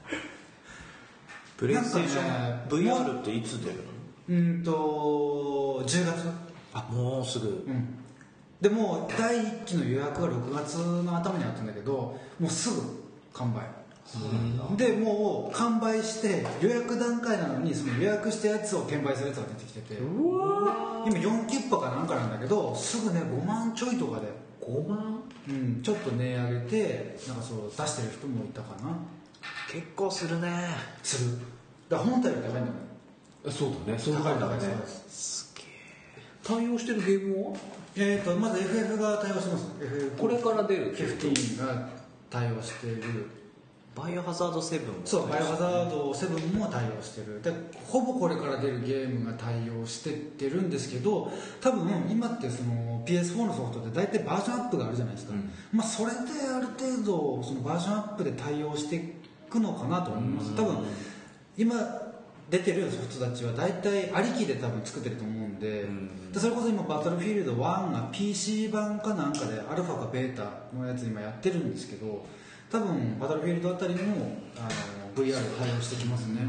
プレイステーション ブイアール っていつ出るの？ うんとじゅうがつ。 あ、もうすぐ。 うん。でもうだいいっきの予約がろくがつの頭にあったんだけど、もうすぐ完売。でもう完売して予約段階なのに、その予約したやつを転売するやつが出てきてて、今よんキッパかなんかなんだけど、すぐねごまんちょいとかでごまん、 うん、ちょっと値上げてなんかそう出してる人もいたかな。 結構するね。 する。だから本体より高いんだよね。 そうだね、そう高いんだね。 すげえ。 対応してるゲームはえーとまず エフエフ が対応してます。 エフエフこれから出るじゅうごが対応している。 バイオハザードセブンも。 そう、バイオハザードセブンも対応してる。でほぼこれから出るゲームが対応してってるんですけど、多分今ってその ピーエスフォー のソフトで大体バージョンアップがあるじゃないですか、うん、まあそれである程度そのバージョンアップで対応していくのかなと思います。多分今出てるソフトたちは大体ありきで多分作ってると思うんで、うん、でそれこそ今バトルフィールドワンが ピーシー 版かなんかでアルファかベータのやつ今やってるんですけど、多分バトルフィールドあたりもあの ブイアール 対応してきますね。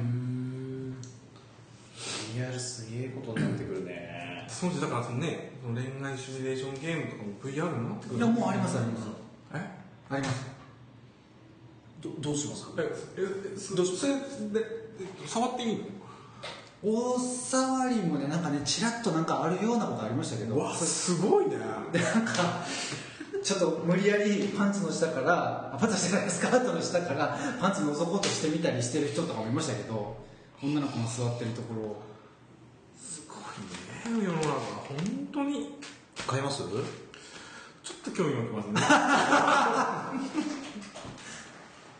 ブイアール すげえことになってくるね。 そうだからそのね、その恋愛シミュレーションゲームとかも ブイアール になってくる。 いやもうありますあります。 えあります。 どどうしますか？ ええどうしそれで触っていいの？ 大触りもね、なんかねチラッとなんかあるようなことありましたけど、 わすごいね。 でなんかちょっと無理やりパンツの下からパンツの下からスカートの下からパンツ覗こうとしてみたりしてる人とかもいましたけど、女の子が座ってるところを。 すごいね、世の中本当に。 買います？ちょっと興味持ってますね。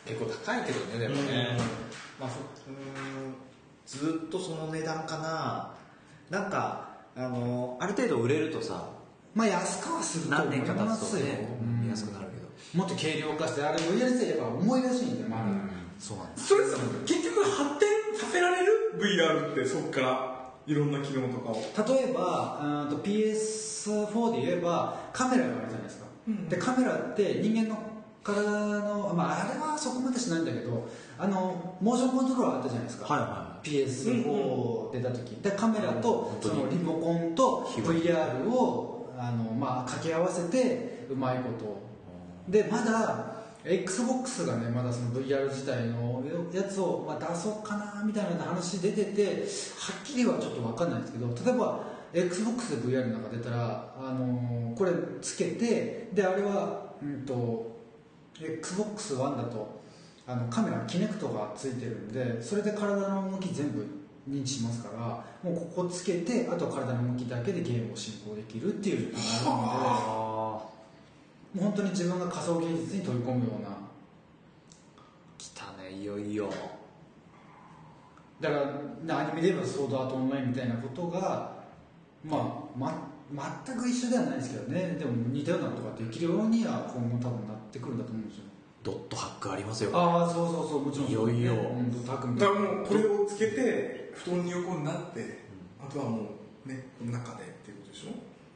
結構高いけどねでもね、まあ、うんずっとその値段かな。なんかあのある程度売れるとさ、 まあ安くはすると思い何年か経ますよ、 つとね、 うん、 安くなるけどもっと軽量化してあれ ブイアール でやっぱ重いらしいんでまだ、うん、 そうなんです。 それさ結局発展させられる ブイアール ってそっからいろんな機能とかを例えばうんと ピーエスフォー で言えばカメラがあるじゃないですか、うん、でカメラって人間の体の、まあ、あれはそこまでしないんだけどあのモーションコントローラーあったじゃないですか、 はいはい、 ピーエスフォー 出た時でカメラとそのリモコンと ブイアール をあの、まあ、掛け合わせてうまいことでまだ XBOX がねまだその ブイアール 自体のやつを、まあ、出そうかなみたいな話出ててはっきりはちょっと分かんないんですけど例えば XBOX で ブイアール なんか出たら、あのー、これつけてであれは、うんと、エックスボックスワン だとあのカメラキネクトがついてるんでそれで体の動き全部認知しますからもうここつけてあとは体の動きだけでゲームを進行できるっていう状況になるのでもう本当に自分が仮想現実に取り込むような来たねいよいよだからアニメで言えばソードアートオンラインみたいなことがまあ、ま、全く一緒ではないですけどねでも似たようなことができるようには今後多分なってくるんだと思うんですよ。 ドットハックありますよ。 ああそうそうそうもちろんいよいよ、 うん、ドットハックみたいなだからもうこれをつけて布団に横になって、うん、あとはもうねこの中でっていうことでしょ。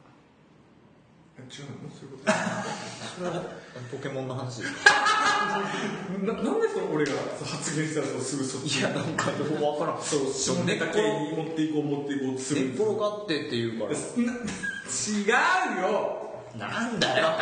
違うのそういうことそれはポケモンの話ですかな, なんでその俺が発言したらすぐそっちいやなんかどうも分からんそうそのネタ系に持っていこう持っていこうとする寝っ転がってっていうから違うよなんだよ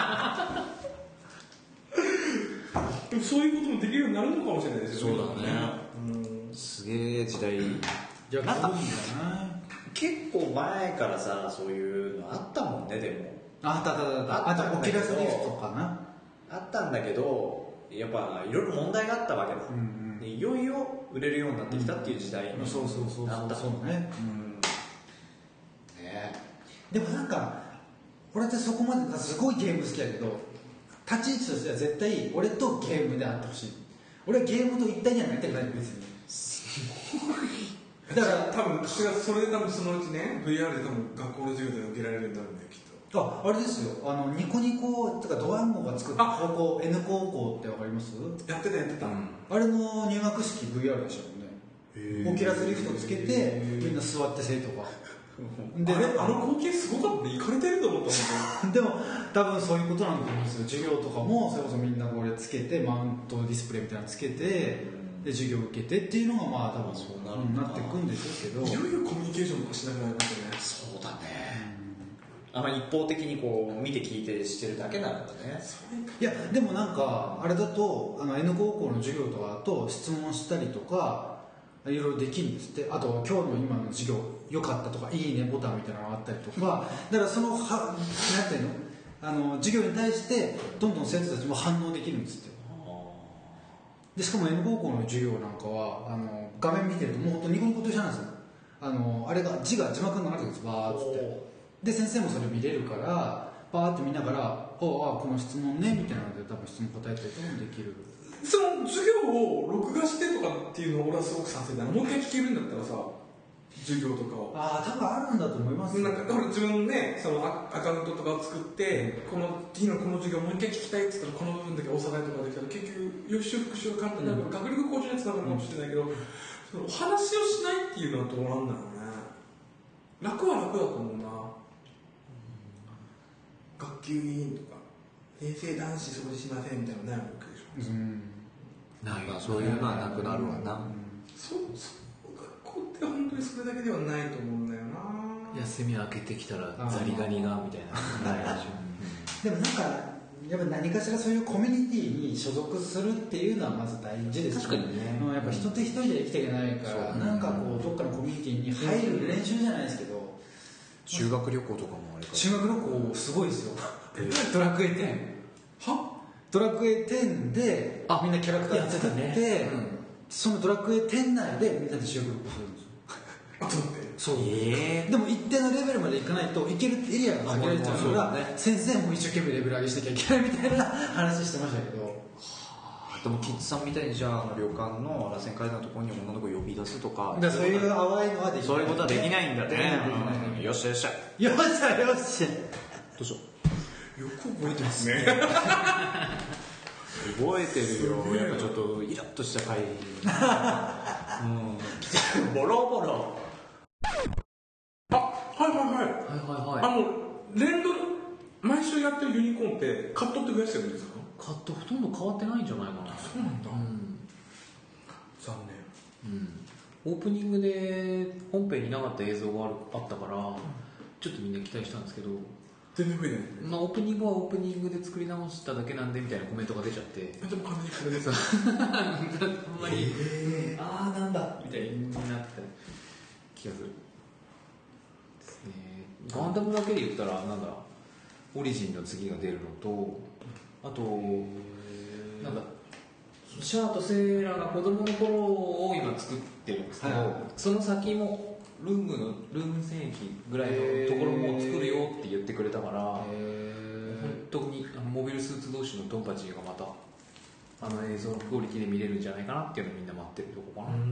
でもそういうこともできるようになるのかもしれないですよね。 そうだねうんすげえ時代いやなんか結構前からさそういうのあったもんねでもあったあったあったあったオキュラスリフトかなあったんだけどやっぱいろいろ問題があったわけだ、うんうん、でいよいよ売れるようになってきたっていう時代になったもんね、うんねでもなんか俺ってそこまですごいゲーム好きだけど立ち位置としては絶対俺とゲームであってほしい俺はゲームと一体にはなりたくない別にだから多分それで多分そのうちね ブイアール で多分学校の授業で受けられるようになるんだよきっと。 あ、あれですよあのニコニコとかドワンゴが作った高校 N 高校ってわかります？ やってたやってた、うん、 あれの入学式 ブイアール でしたもんね。オキュラスリフトつけてみんな座って生徒がであれあの光景すごかったね行かれてると思ったもんでも多分そういうことなんだと思うんですよ。授業とかもそれこそみんなこれつけてマウントディスプレイみたいなのつけてで授業受けてっていうのがまあ多分そうなるなっていくんでしょうけどいよいよコミュニケーションとかしなくなりましたね。 そうだね、うん、あんまり一方的にこう見て聞いてしてるだけなんだね。 いやでもなんかあれだとあの N 高校の授業とかだと質問したりとかいろいろできるんですって。あと今日の今の授業良かったとかいいねボタンみたいなのがあったりとかだからそのはなんていうのあの授業に対してどんどん生徒たちも反応できるんですって。でしかも N 高校の授業なんかはあの画面見てるともう本当ニコニコと一緒なんですよ。あのあれが字が字幕になってるんですバーッつってで先生もそれ見れるからバーッて見ながら「おあこの質問ね」みたいなので多分質問答えたりとかもできる。 その授業を録画してとかっていうのを俺はすごく賛成だな。もう一回聞けるんだったらさ授業とかをああ多分あるんだと思いますなんかだから自分ねそのアカウントとかを作ってこの次のこの授業もう一回聞きたいって言ったらこの部分だけ押さないとかできたら結局予習復習が簡単になるから、うん、学力向上につながるかもしれないけど、うん、そのお話をしないっていうのはどうなんだろうね。楽は楽だと思うな、うん、学級委員とか平成男子掃除しませんみたいなのないわけでしょ、うんないそういうのはなくなるわな、うん、 そうそう学校って本当にそれだけではないと思うんだよな。 休み明けてきたらザリガニがみたいなないでしょでもなんかやっぱ何かしらそういうコミュニティに所属するっていうのはまず大事ですよね。 確かにね、 やっぱ人って一人で生きていけないから、うん、なんかこうどっかのコミュニティに入る練習じゃないですけど、 修学旅行とかもあれか修学旅行すごいですよドラクエテンはドラクエテンでみんなキャラクター作って、ねうん、そのドラクエテン内でみんなで修学旅行するんですよ。 あとってそう、えー、でも一定のレベルまでいかないといけるエリアが限られちゃうから、ね、先生も一生懸命レベル上げしなきゃいけないみたいな話してましたけど、はあでもキッズさんみたいにじゃああの旅館の螺旋階段のところに女の子呼び出すとかだそういう淡いのはできない、 そういうことはできないんだね。 できないうんよっしゃよっしゃよっしゃよっしゃ。 どうしようよく覚えてますね覚えてるよ。やっぱちょっとイラッとした回うんボロボロ。 あ、はいはいはいはいはいはい。 あの連ドル毎週やってるユニコーンってカットって増やしてるんですか？ カットほとんど変わってないんじゃないかな。 そうなんだ、 うん残うん、オープニングで本編になかった映像があるあったから、ちょっとみんな期待したんですけど、 念全然増えてない。 まあ、オープニングはオープニングで作り直しただけなんでみたいなコメントが出ちゃってでも完全にこれですあんまり、ああなんだみたいになってた気がするですね。ガンダムだけで言ったらなんだオリジンの次が出るのと、あとなんだシャアとセーラが子供の頃を今作ってるんですけど、 はいはい、 その先もルームのルーム戦記ぐらいのところも作るよって言ってくれたから、本当にあのモビルスーツ同士のドンパチがまたあの映像のクオリティで見れるんじゃないかなっていうのをみんな待ってるとこかな。 で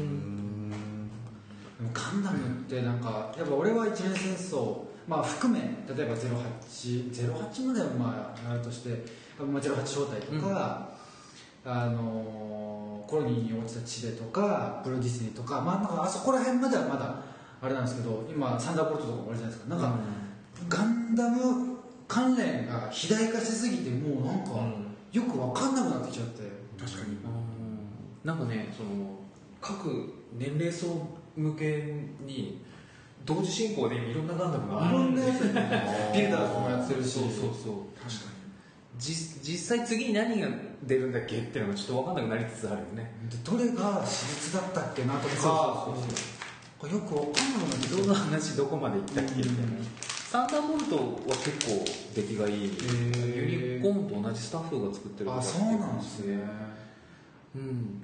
もガンダムってなんかやっぱ俺は一年戦争、まあ、含め例えばゼロはち、ゼロはちまではまああるとして、まあ、ゼロはち正体とか、うん、あのコロニーに落ちたチベとかプロディスニーとか、まあ、なんかあそこら辺まではまだあれなんですけど、今サンダーボルトとかもあるじゃないですか。なんか、うん、ガンダム関連が肥大化しすぎてもうなんか、よく分かんなくなってきちゃって。 確かに、 うん、なんかねその各年齢層向けに同時進行でいろんなガンダムがあるんですよね。 ビルダーズもやってるし、 そうそうそう、 確かに実実際次に何が出るんだっけっていうのがちょっと分かんなくなりつつあるよね。 でどれが私立だったっけなとか、そうそうそうこれよく分かんなくなってきどの話どこまで行ったっけみたいな。サンダーボルトは結構出来がいい、ユニコーンと同じスタッフが作ってるとか。 あ、そうなんですね。 うん、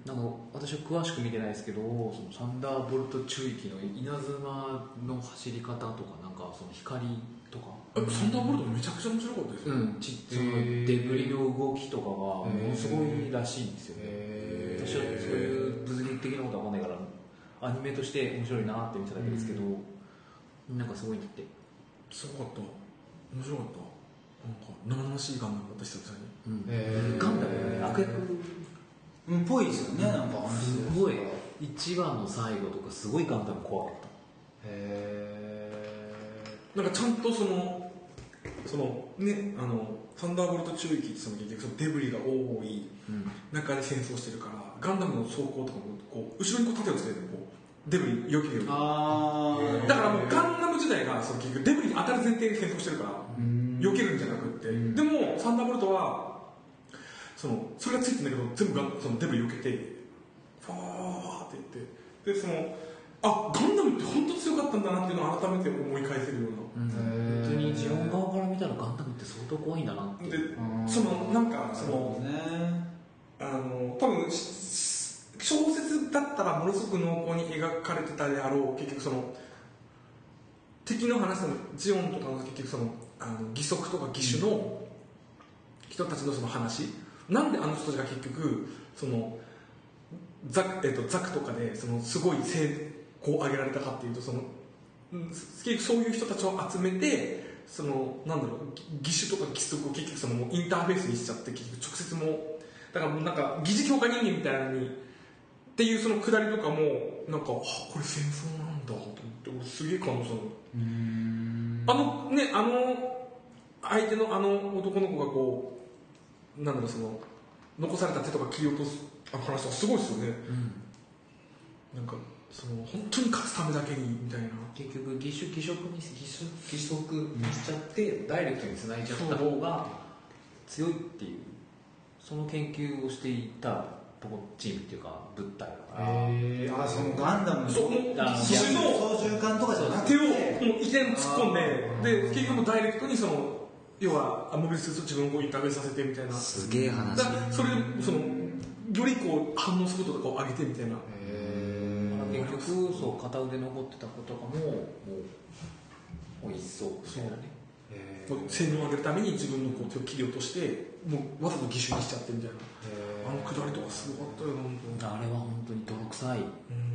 なんか私は詳しく見てないですけど、そのサンダーボルト中域の稲妻の走り方とか、なんかその光とか、 サンダーボルトめちゃくちゃ面白かったですよ、 うん、ちそのデブリの動きとかがものすごいらしいんですよね。私はそういう物理的なことは分かんないからアニメとして面白いなって見てただけですけど、なんかすごいって。 すごかった、面白かった。なんか生々しいガンダムだった久々に、 うんえー、ガンダムね、悪役うんぽいですよね、なんかすごい一話の最後とかすごいガンダム怖かった。 へなんかちゃんとそのそのねあのサンダーボルト中域ってその結局そのデブリが多い中で戦争してるから、ガンダムの装甲とかもこう後ろにこう盾をつけてこうデブリ避けるように。あだからもうガンダム時代がその結局デブリに当たる前提で戦争してるから避けるんじゃなくって、でもサンダーボルトはそのそれがついてるんだけど全部がそのデブリ避けてファーって言って、でそのあガンダムって本当強かったんだなっていうのを改めて思い返せるような、 うん、本当にジオン側から見たらガンダムって相当怖いんだなって。 でそのなんかその、ね、あの多分小説だったらものすごく濃厚に描かれてたであろう、結局その敵の話のジオンとかの結局そのあの義足とか義手の人たちのその話、なんであの人たちが結局そのザク、えっと、ザクとかでそのすごい成功を上げられたかっていうと、その結局そういう人たちを集めてそのなんだろう義手とか義足を結局そのインターフェースにしちゃって、結局直接もだからもうなんか疑似強化人間みたいなのにっていうそのくだりとかもなんかこれ戦争なんだと思って俺すげえ感動したの。あのねあの相手のあの男の子がこうなんだろうその残された手とか切り落とすあの話はすごいですよね、うん、なんかその本当に勝つためだけにみたいな、 結局義手義足に義手義足にしちゃって、うん、ダイレクトにつないじゃった方が強いっていうその研究をしていたチームっていうか物体だから、 へーあそのガンダムのその義手の操縦桿とかじゃなくてて手をもう依然突っ込んで、で結局もダイレクトにその要はモビルスーツを自分をこうインターフェースさせてみたいな、 すげえ話だそれでそのよりこう反応速度とかを上げてみたいな、 結局そう片腕残ってた子とかももうもう一層みたいなね、 性能を上げるために自分のこう手を切り落としてもうわざと義手にしちゃってみたいな、ああのくだりとかすごかったよ本当に。 あれは本当に泥臭い。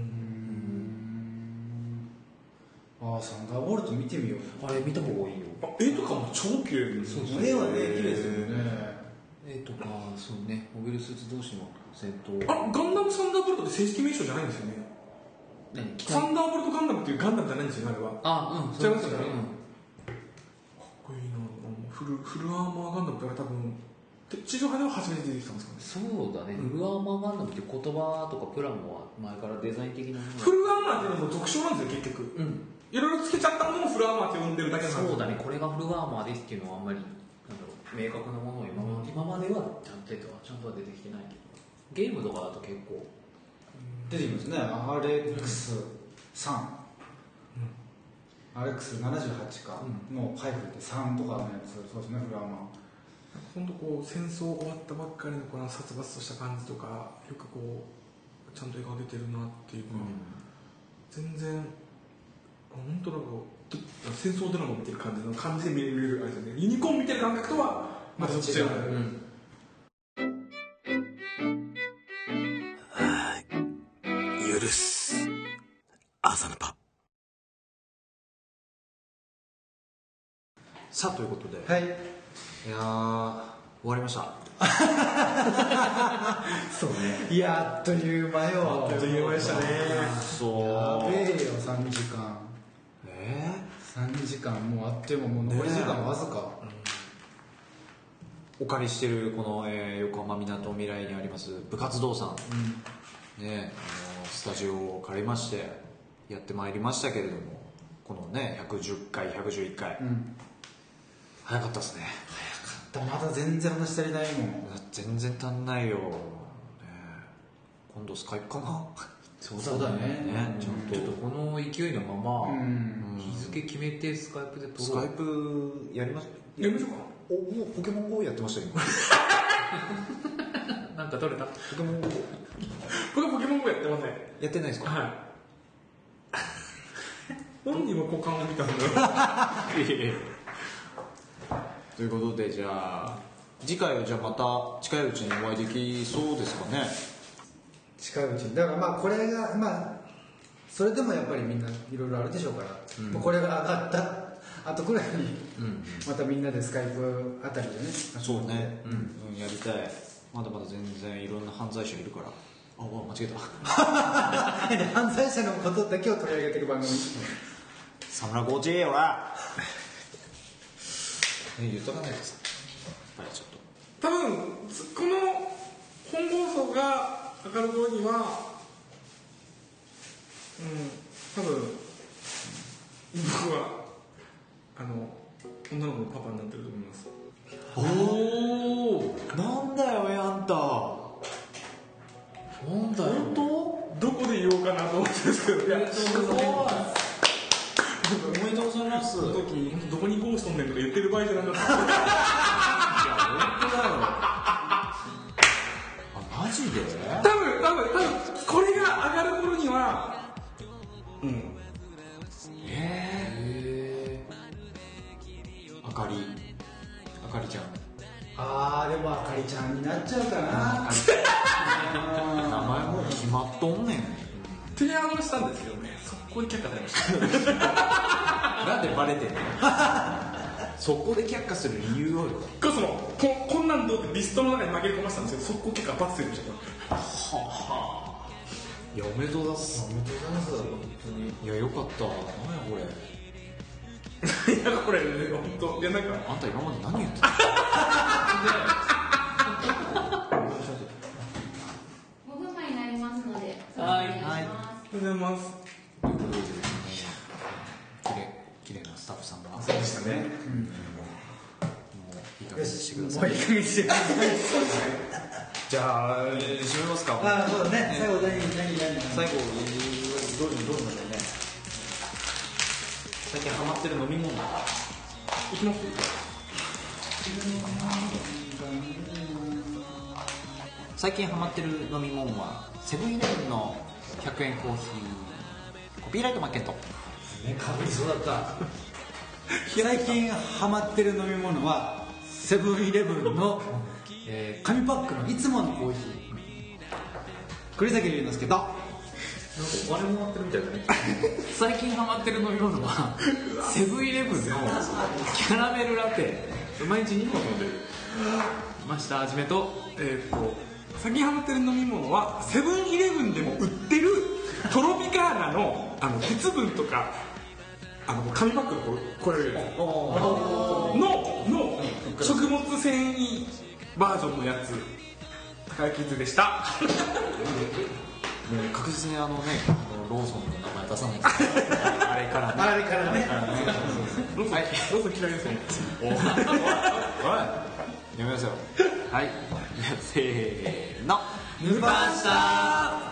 ああサンダーボルト見てみよう。 あれ見た方がいいよ。 あ絵とかも超綺麗ですそう絵はね綺麗ですよね。 絵とかそうねモビルスーツ同士の戦闘。 あガンダムサンダーボルトって正式名称じゃないんですよね。 何サンダーボルトガンダムっていうガンダムじゃないんですよねあれは。 あうん違いますよね、 うんかっこいいな。フルフルアーマーガンダムって多分地上波では初めて出てきたんですかね。 そうだね、フルアーマーガンダムっていう言葉とかプラモは前からデザイン的なものフルアーマーっていうのも俗称なんですよ結局。 うんいろいろつけちゃったものをフルアーマーって呼んでるだけなんですよ。 そうだねこれがフルアーマーですっていうのはあんまりなんだろう明確なものを今まで、今まではちゃんとちゃんとは出てきてないけどゲームとかだと結構出てきますね。 アールエックスさん、アールエックスななじゅうはち かの配布ってさんとかのやつ。そうですねフルアーマー。 本当こう戦争終わったばっかりのこの殺伐とした感じとかよくこうちゃんと描けてるなっていうか、うん、全然本当なんか戦争ドラマ見てる感じの感じで見れるあれですよね。ユニコーン見てる感覚とはまたちょっと違う、うん、 はーい許す朝のパ。 さあということで、 はい、 いやー終わりましたそうね。いやあっという間よ。 あっという間でしたね。 そうやべえよさんじかん。 えー、さんじかんもうあっという間。もう残り時間わずか、ね、 お借りしてるこの、えー、横浜みなとみらいにあります部活動さん、うんね、あのスタジオを借りましてやってまいりましたけれども、このねひゃくじゅっかいひゃくじゅういっかい、うん、早かったですね。 早かった。まだ全然話足りないもん。 全然足んないよ、ね、今度スカイプかな。 そうだね。 ね、ちゃんとちょっとこの勢いのまま、うん、日付決めてスカイプで撮ろう。 スカイプやります。 やりましょうか。 おもうポケモン ゴー やってました今なんか撮れた。 ポケモン ゴー僕はポケモン ゴー やってません。 やってないですか。 はい本人は股間を見たんだよということで、じゃあ次回はじゃあまた近いうちにお会いできそうですかね。 近いうちに。だからまあこれがまあそれでもやっぱりみんないろいろあるでしょうから、うん、これが上がったあとくらいに、うん、またみんなでスカイプあたりでね。 そうね、うんうん、やりたい。まだまだ全然いろんな犯罪者いるから。あ、間違えた犯罪者のことだけを取り上げてる番組サムラゴージェーはね、言っとかないとさ、やっぱりちょっと多分この本放送が上がる頃には、うん、多分僕はあの女の子のパパになってると思います。 おお、なんだよあんた。 なんだよ。本当？どこで言おうかなと思ってるんですけど。いや、すごい。 おめでとうございます。 その時本当どこにゴーストんねんとか言ってる場合じゃなかった。いや本当だよ。あ、マジで？ 多分多分多分これが上がる頃には、うん。 ええー。あかり、あかりちゃん。 あーでもあかりちゃんになっちゃうかな。 名前もう決まっとんねん。 提案をしたんですけどね、速攻で却下されました。 なんでバレてんの？そこで却下する理由を。 こその こ, こんなんどうってリストの中に紛れ込ませたんですけど、速攻却下罰ついてました。はは。いやおめでとうございます。 おめでとうございます。本当に。いやよかった。なんやこれ。いやこれね本当いやなんかあんた今まで何言ってた？ ごふんまえになりますので。 はいはい。ありがとうございます。 ということでですね、綺麗綺麗なスタッフさんが。 そうでしたね。うん、もういい加減にしてください。 もういい加減にしてください。 じゃあ締めますか。 ああそうだね。最後何何何最後どうどうどうなんだよね。最近ハマってる飲み物。 いきます。 最近ハマってる飲み物はセブンイレブンのひゃくえんコーヒーコピーライトマッケント。 ね、かぶりそうだった。最近ハマってる飲み物はセブンイレブンのえー、紙パックのいつものコーヒー栗崎龍之介となんかお金もらってるみたいだね最近ハマってる飲み物はセブンイレブンのキャラメルラテ毎日にほん飲んでるましたはじめとえーっと最近ハマってる飲み物はセブンイレブンでも売ってるトロピカーナのあの鉄分とかあの紙パックのこうこれのの食物繊維バージョンのやつ高木津でしたもう確実にあのねあのローソンの名前出さないですあれからねあれからねローソン、はい、ローソン嫌いですねおいおいやめましょうはいせーのヌパスター